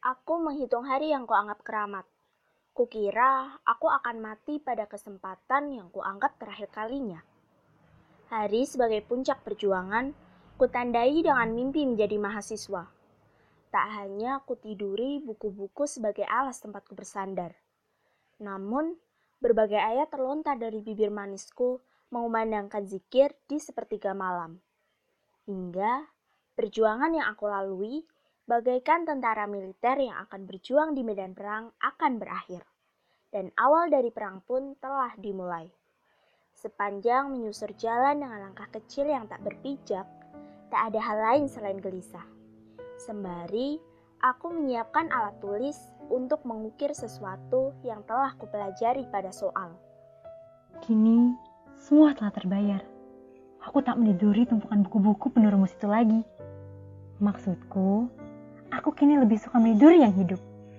Aku menghitung hari yang kuanggap keramat. Kukira aku akan mati pada kesempatan yang kuanggap terakhir kalinya. Hari sebagai puncak perjuangan, kutandai dengan mimpi menjadi mahasiswa. Tak hanya kutiduri buku-buku sebagai alas tempatku bersandar. Namun, berbagai ayat terlontar dari bibir manisku mengumandangkan zikir di sepertiga malam. Hingga perjuangan yang aku lalui bagaikan tentara militer yang akan berjuang di medan perang akan berakhir. Dan awal dari perang pun telah dimulai. Sepanjang menyusur jalan dengan langkah kecil yang tak berpijak, tak ada hal lain selain gelisah. Sembari aku menyiapkan alat tulis untuk mengukir sesuatu yang telah kupelajari pada soal. Kini, semua telah terbayar. Aku tak meniduri tumpukan buku-buku penuh rumus itu lagi. Maksudku, aku kini lebih suka meniduri yang hidup.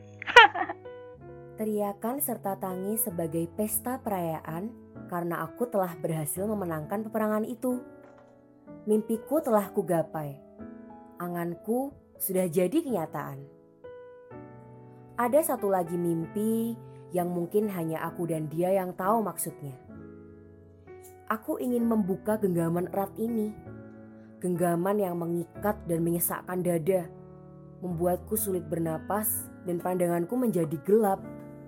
Teriakan serta tangis sebagai pesta perayaan karena aku telah berhasil memenangkan peperangan itu. Mimpiku telah kugapai. Anganku sudah jadi kenyataan. Ada satu lagi mimpi yang mungkin hanya aku dan dia yang tahu maksudnya. Aku ingin membuka genggaman erat ini. Genggaman yang mengikat dan menyesakkan dada. Membuatku sulit bernapas dan pandanganku menjadi gelap.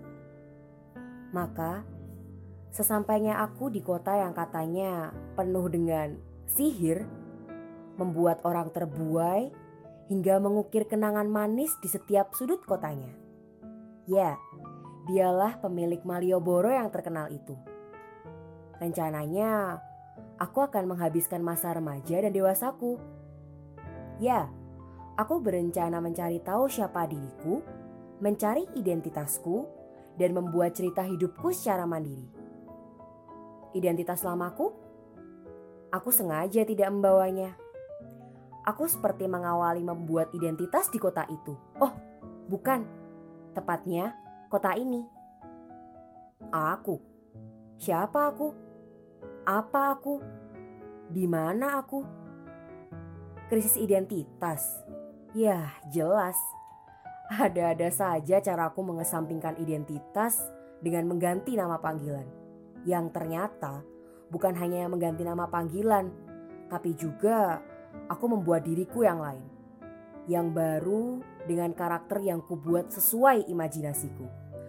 Maka, sesampainya aku di kota yang katanya penuh dengan sihir, membuat orang terbuai hingga mengukir kenangan manis di setiap sudut kotanya. Ya, dialah pemilik Malioboro yang terkenal itu. Rencananya, aku akan menghabiskan masa remaja dan dewasaku. Ya, aku berencana mencari tahu siapa diriku, mencari identitasku, dan membuat cerita hidupku secara mandiri. Identitas lamaku? Aku sengaja tidak membawanya. Aku seperti mengawali membuat identitas di kota itu. Oh, bukan. Tepatnya, kota ini. Aku. Siapa aku? Apa aku? Di mana aku? Krisis identitas. Ya, jelas. Ada-ada saja caraku mengesampingkan identitas dengan mengganti nama panggilan. Yang ternyata bukan hanya mengganti nama panggilan, tapi juga aku membuat diriku yang lain. Yang baru dengan karakter yang kubuat sesuai imajinasiku.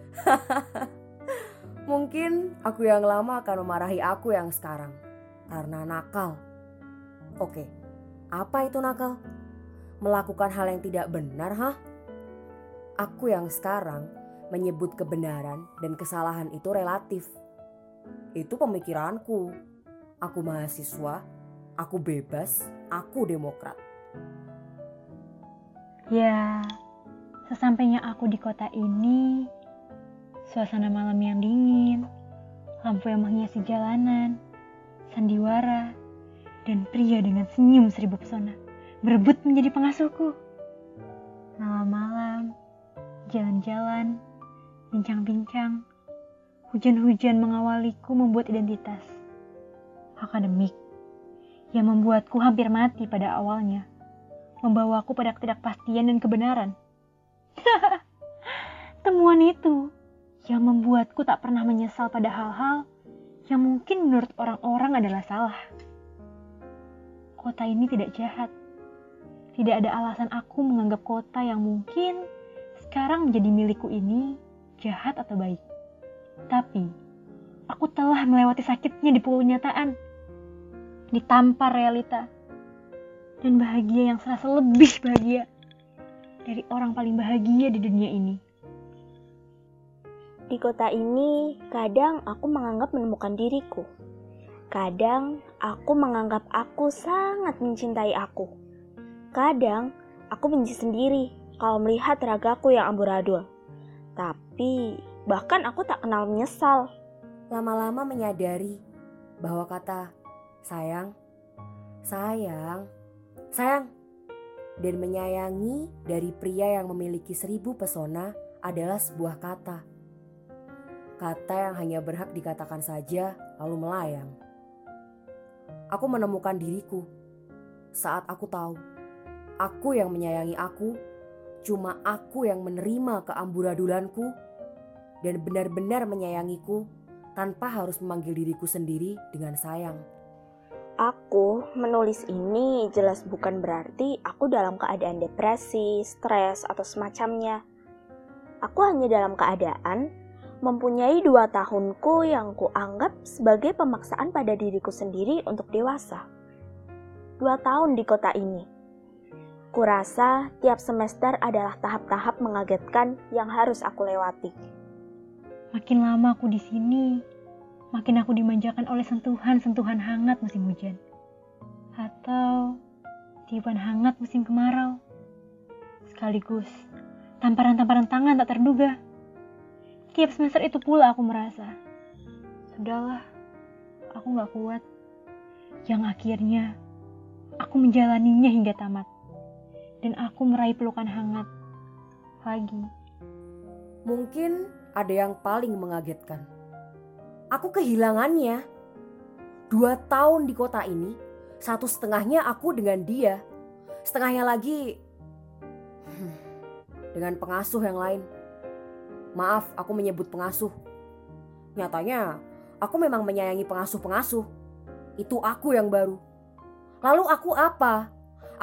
Mungkin aku yang lama akan memarahi aku yang sekarang karena nakal. Oke, apa itu nakal? Melakukan hal yang tidak benar, Aku yang sekarang menyebut kebenaran dan kesalahan itu relatif. Itu pemikiranku. Aku mahasiswa, aku bebas, aku demokrat. Ya, sesampainya aku di kota ini, suasana malam yang dingin, lampu yang menghiasi jalanan, sandiwara, dan pria dengan senyum seribu pesona berebut menjadi pengasuhku. Malam-malam, jalan-jalan, bincang-bincang, hujan-hujan mengawaliku membuat identitas. Akademik, yang membuatku hampir mati pada awalnya, membawaku pada ketidakpastian dan kebenaran. Temuan itu yang membuatku tak pernah menyesal pada hal-hal yang mungkin menurut orang-orang adalah salah. Kota ini tidak jahat. Tidak ada alasan aku menganggap kota yang mungkin sekarang menjadi milikku ini jahat atau baik. Tapi, aku telah melewati sakitnya di pukul kenyataan, ditampar realita, dan bahagia yang serasa lebih bahagia dari orang paling bahagia di dunia ini. Di kota ini, kadang aku menganggap menemukan diriku. Kadang aku menganggap aku sangat mencintai aku. Kadang aku benci sendiri kalau melihat ragaku yang amburadul. Tapi bahkan aku tak kenal menyesal. Lama-lama menyadari bahwa kata sayang, sayang, sayang, dan menyayangi dari pria yang memiliki 1000 pesona adalah sebuah kata. Kata yang hanya berhak dikatakan saja lalu melayang. Aku menemukan diriku saat aku tahu aku yang menyayangi aku Cuma aku yang menerima keamburadulanku dan benar-benar menyayangiku tanpa harus memanggil diriku sendiri dengan sayang. Aku menulis ini jelas bukan berarti aku dalam keadaan depresi, stres, atau semacamnya. Aku hanya dalam keadaan mempunyai 2 tahunku yang kuanggap sebagai pemaksaan pada diriku sendiri untuk dewasa. 2 tahun di kota ini. Kurasa tiap semester adalah tahap-tahap mengagetkan yang harus aku lewati. Makin lama aku di sini, makin aku dimanjakan oleh sentuhan-sentuhan hangat musim hujan. Atau tiupan hangat musim kemarau. Sekaligus tamparan-tamparan tangan tak terduga. Tiap semester itu pula aku merasa, sudahlah, aku gak kuat. Yang akhirnya, aku menjalaninya hingga tamat. Dan aku meraih pelukan hangat lagi. Mungkin ada yang paling mengagetkan. Aku kehilangannya. 2 tahun di kota ini, 1/2-nya aku dengan dia. Setengahnya lagi dengan pengasuh yang lain. Maaf, aku menyebut pengasuh. Nyatanya, aku memang menyayangi pengasuh-pengasuh. Itu aku yang baru. Lalu aku apa?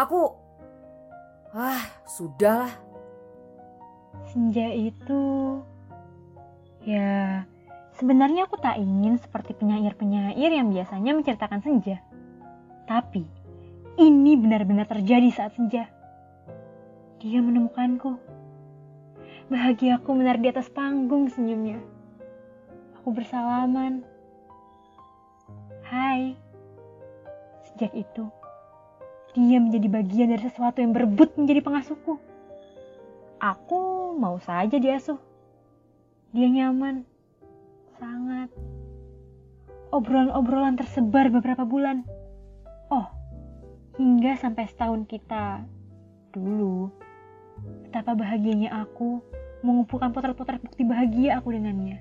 Sudahlah. Senja itu, ya sebenarnya aku tak ingin seperti penyair-penyair yang biasanya menceritakan senja. Tapi, ini benar-benar terjadi saat senja. Dia menemukanku. Bahagiaku menari di atas panggung senyumnya. Aku bersalaman. Hai. Sejak itu, dia menjadi bagian dari sesuatu yang berebut menjadi pengasuhku. Aku mau saja diasuh. Dia nyaman. Sangat. Obrolan-obrolan tersebar beberapa bulan. Hingga sampai setahun kita dulu. Betapa bahagianya aku mengumpulkan potret-potret bukti bahagia aku dengannya.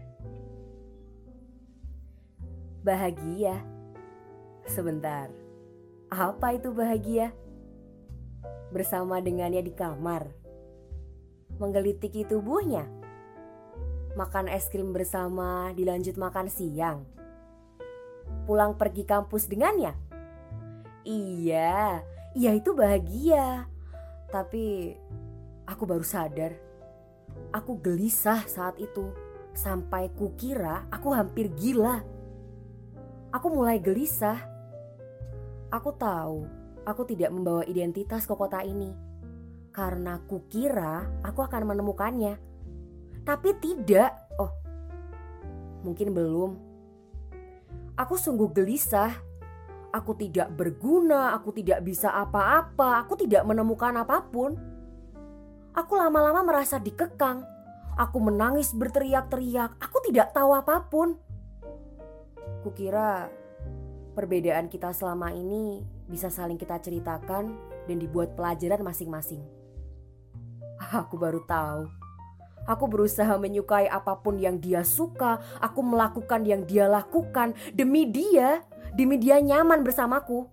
Bahagia? Sebentar, apa itu bahagia? Bersama dengannya di kamar, menggelitiki tubuhnya, makan es krim bersama dilanjut makan siang, pulang pergi kampus dengannya. Iya itu bahagia. Tapi aku baru sadar, aku gelisah saat itu. Sampai kukira aku hampir gila. Aku mulai gelisah. Aku tahu aku tidak membawa identitas ke kota ini, karena kukira aku akan menemukannya. Tapi tidak. Mungkin belum. Aku sungguh gelisah. Aku tidak berguna, aku tidak bisa apa-apa, aku tidak menemukan apapun. Aku lama-lama merasa dikekang. Aku menangis berteriak-teriak, aku tidak tahu apapun. Kukira perbedaan kita selama ini bisa saling kita ceritakan dan dibuat pelajaran masing-masing. Aku baru tahu. Aku berusaha menyukai apapun yang dia suka, aku melakukan yang dia lakukan demi dia nyaman bersamaku.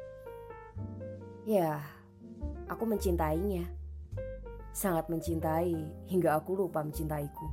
Ya, aku mencintainya. Sangat mencintai hingga aku lupa mencintaiku.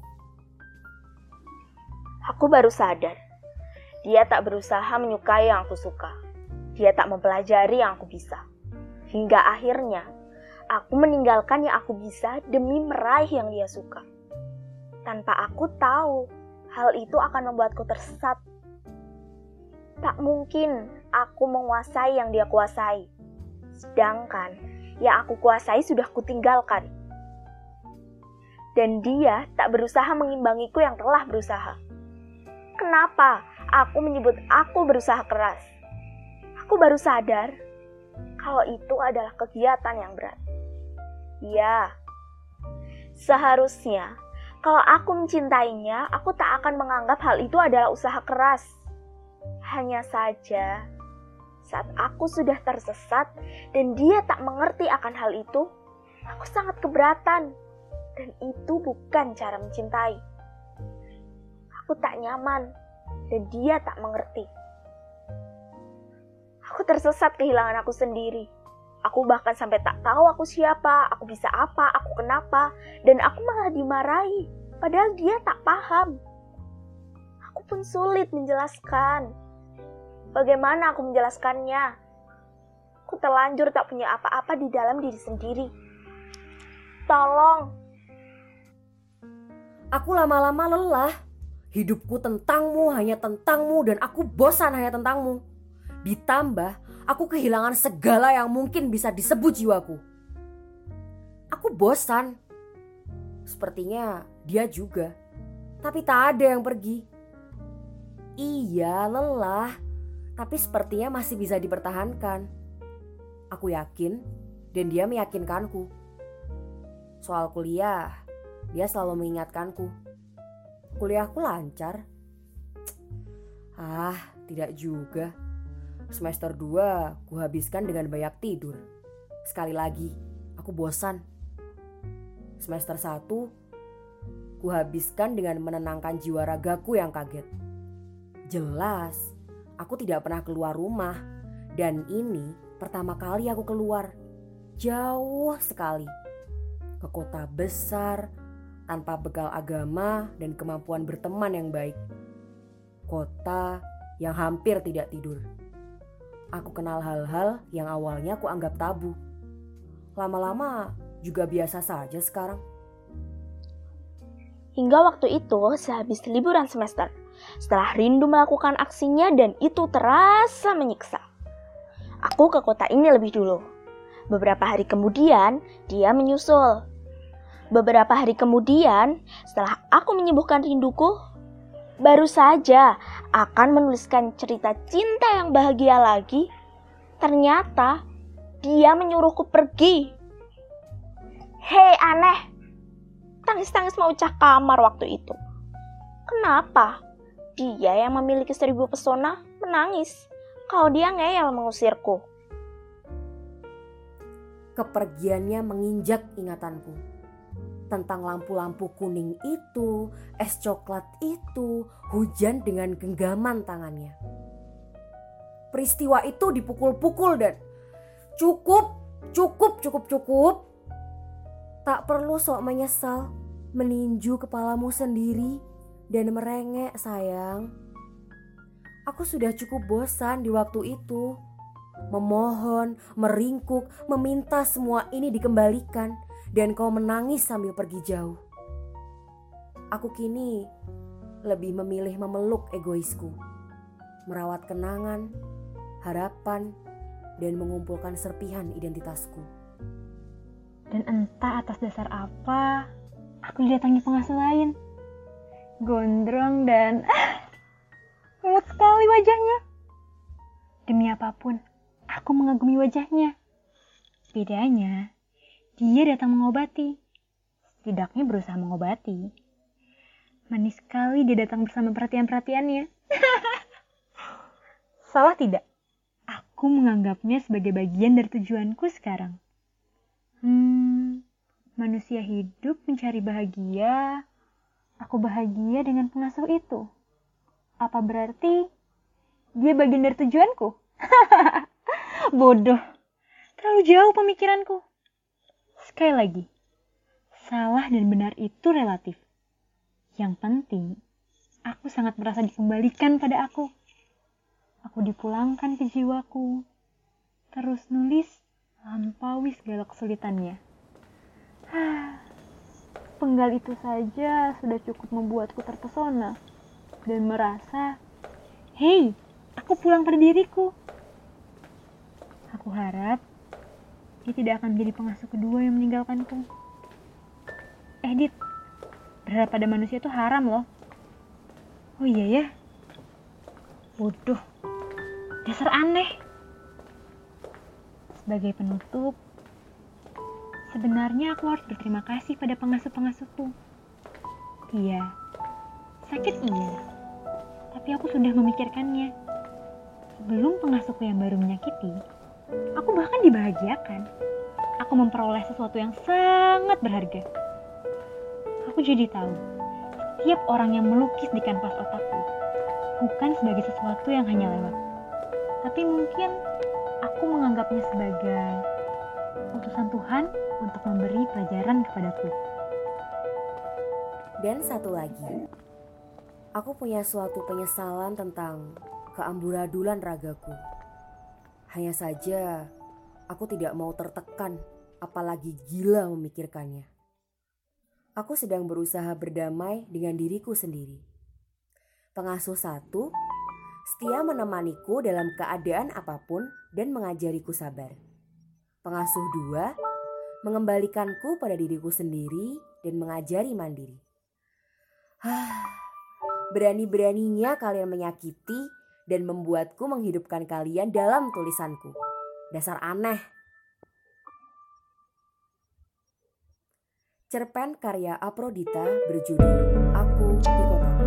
Aku baru sadar, dia tak berusaha menyukai yang aku suka. Dia tak mempelajari yang aku bisa. Hingga akhirnya, aku meninggalkan yang aku bisa demi meraih yang dia suka. Tanpa aku tahu, hal itu akan membuatku tersesat. Tak mungkin aku menguasai yang dia kuasai. Sedangkan yang aku kuasai sudah kutinggalkan. Dan dia tak berusaha mengimbangiku yang telah berusaha. Kenapa aku menyebut aku berusaha keras? Aku baru sadar kalau itu adalah kegiatan yang berat. Ya, seharusnya kalau aku mencintainya, aku tak akan menganggap hal itu adalah usaha keras. Hanya saja, saat aku sudah tersesat dan dia tak mengerti akan hal itu, aku sangat keberatan. Dan itu bukan cara mencintai. Aku tak nyaman dan dia tak mengerti. Aku tersesat kehilangan aku sendiri. Aku bahkan sampai tak tahu aku siapa, aku bisa apa, aku kenapa, dan aku malah dimarahi. Padahal dia tak paham. Aku pun sulit menjelaskan. Bagaimana aku menjelaskannya? Aku terlanjur tak punya apa-apa di dalam diri sendiri. Tolong. Aku lama-lama lelah. Hidupku tentangmu, hanya tentangmu, dan aku bosan hanya tentangmu. Ditambah, aku kehilangan segala yang mungkin bisa disebut jiwaku. Aku bosan. Sepertinya dia juga. Tapi tak ada yang pergi. Iya, lelah. Tapi sepertinya masih bisa dipertahankan. Aku yakin, dan dia meyakinkanku. Soal kuliah, dia selalu mengingatkanku. Kuliahku lancar. Tidak juga. Semester 2 kuhabiskan dengan banyak tidur. Sekali lagi, aku bosan. Semester 1 kuhabiskan dengan menenangkan jiwa ragaku yang kaget. Jelas, aku tidak pernah keluar rumah. Dan ini pertama kali aku keluar. Jauh sekali. Ke kota besar, tanpa bekal agama dan kemampuan berteman yang baik. Kota yang hampir tidak tidur. Aku kenal hal-hal yang awalnya aku anggap tabu. Lama-lama juga biasa saja sekarang. Hingga waktu itu sehabis liburan semester, setelah rindu melakukan aksinya dan itu terasa menyiksa. Aku ke kota ini lebih dulu. Beberapa hari kemudian dia menyusul. Beberapa hari kemudian setelah aku menyembuhkan rinduku, baru saja akan menuliskan cerita cinta yang bahagia lagi, ternyata dia menyuruhku pergi. Hei aneh, tangis-tangis mau cah kamar waktu itu. Kenapa? Dia yang memiliki 1000 pesona menangis, kalau dia ngeyel mengusirku. Kepergiannya menginjak ingatanku. Tentang lampu-lampu kuning itu, es coklat itu, hujan dengan genggaman tangannya. Peristiwa itu dipukul-pukul dan cukup. Tak perlu sok menyesal, meninju kepalamu sendiri dan merengek sayang. Aku sudah cukup bosan di waktu itu. Memohon, meringkuk, meminta semua ini dikembalikan. Dan kau menangis sambil pergi jauh. Aku kini lebih memilih memeluk egoisku. Merawat kenangan, harapan, dan mengumpulkan serpihan identitasku. Dan entah atas dasar apa, aku didatangi pengasuh lain. Gondrong dan imut sekali wajahnya. Demi apapun, aku mengagumi wajahnya. Bedanya, dia datang mengobati. Setidaknya berusaha mengobati. Manis sekali dia datang bersama perhatian-perhatiannya. Salah tidak? Aku menganggapnya sebagai bagian dari tujuanku sekarang. Manusia hidup mencari bahagia. Aku bahagia dengan pengasuh itu. Apa berarti dia bagian dari tujuanku? Bodoh. Terlalu jauh pemikiranku. Sekali lagi, salah dan benar itu relatif. Yang penting, aku sangat merasa dikembalikan pada aku. Aku dipulangkan ke jiwaku. Terus nulis, lampaui segala kesulitannya. Penggal itu saja sudah cukup membuatku terpesona. Dan merasa, hei, aku pulang pada diriku. Aku harap dia tidak akan menjadi pengasuh kedua yang meninggalkanku. Dit, berharap pada manusia itu haram loh. Oh iya ya? Bodoh. Dasar aneh. Sebagai penutup, sebenarnya aku harus berterima kasih pada pengasuh-pengasuhku. Iya, sakit iya. Tapi aku sudah memikirkannya. Sebelum pengasuhku yang baru menyakiti, aku bahkan dibahagiakan. Aku memperoleh sesuatu yang sangat berharga. Aku jadi tahu, setiap orang yang melukis di kanvas otakku bukan sebagai sesuatu yang hanya lewat. Tapi mungkin aku menganggapnya sebagai utusan Tuhan untuk memberi pelajaran kepadaku. Dan satu lagi, aku punya suatu penyesalan tentang keamburadulan ragaku. Hanya saja, aku tidak mau tertekan, apalagi gila memikirkannya. Aku sedang berusaha berdamai dengan diriku sendiri. Pengasuh satu, setia menemaniku dalam keadaan apapun dan mengajariku sabar. Pengasuh dua, mengembalikanku pada diriku sendiri dan mengajari mandiri. Berani-beraninya kalian menyakiti dan membuatku menghidupkan kalian dalam tulisanku. Dasar aneh. Cerpen karya Aprodita berjudul Aku di Kotaku.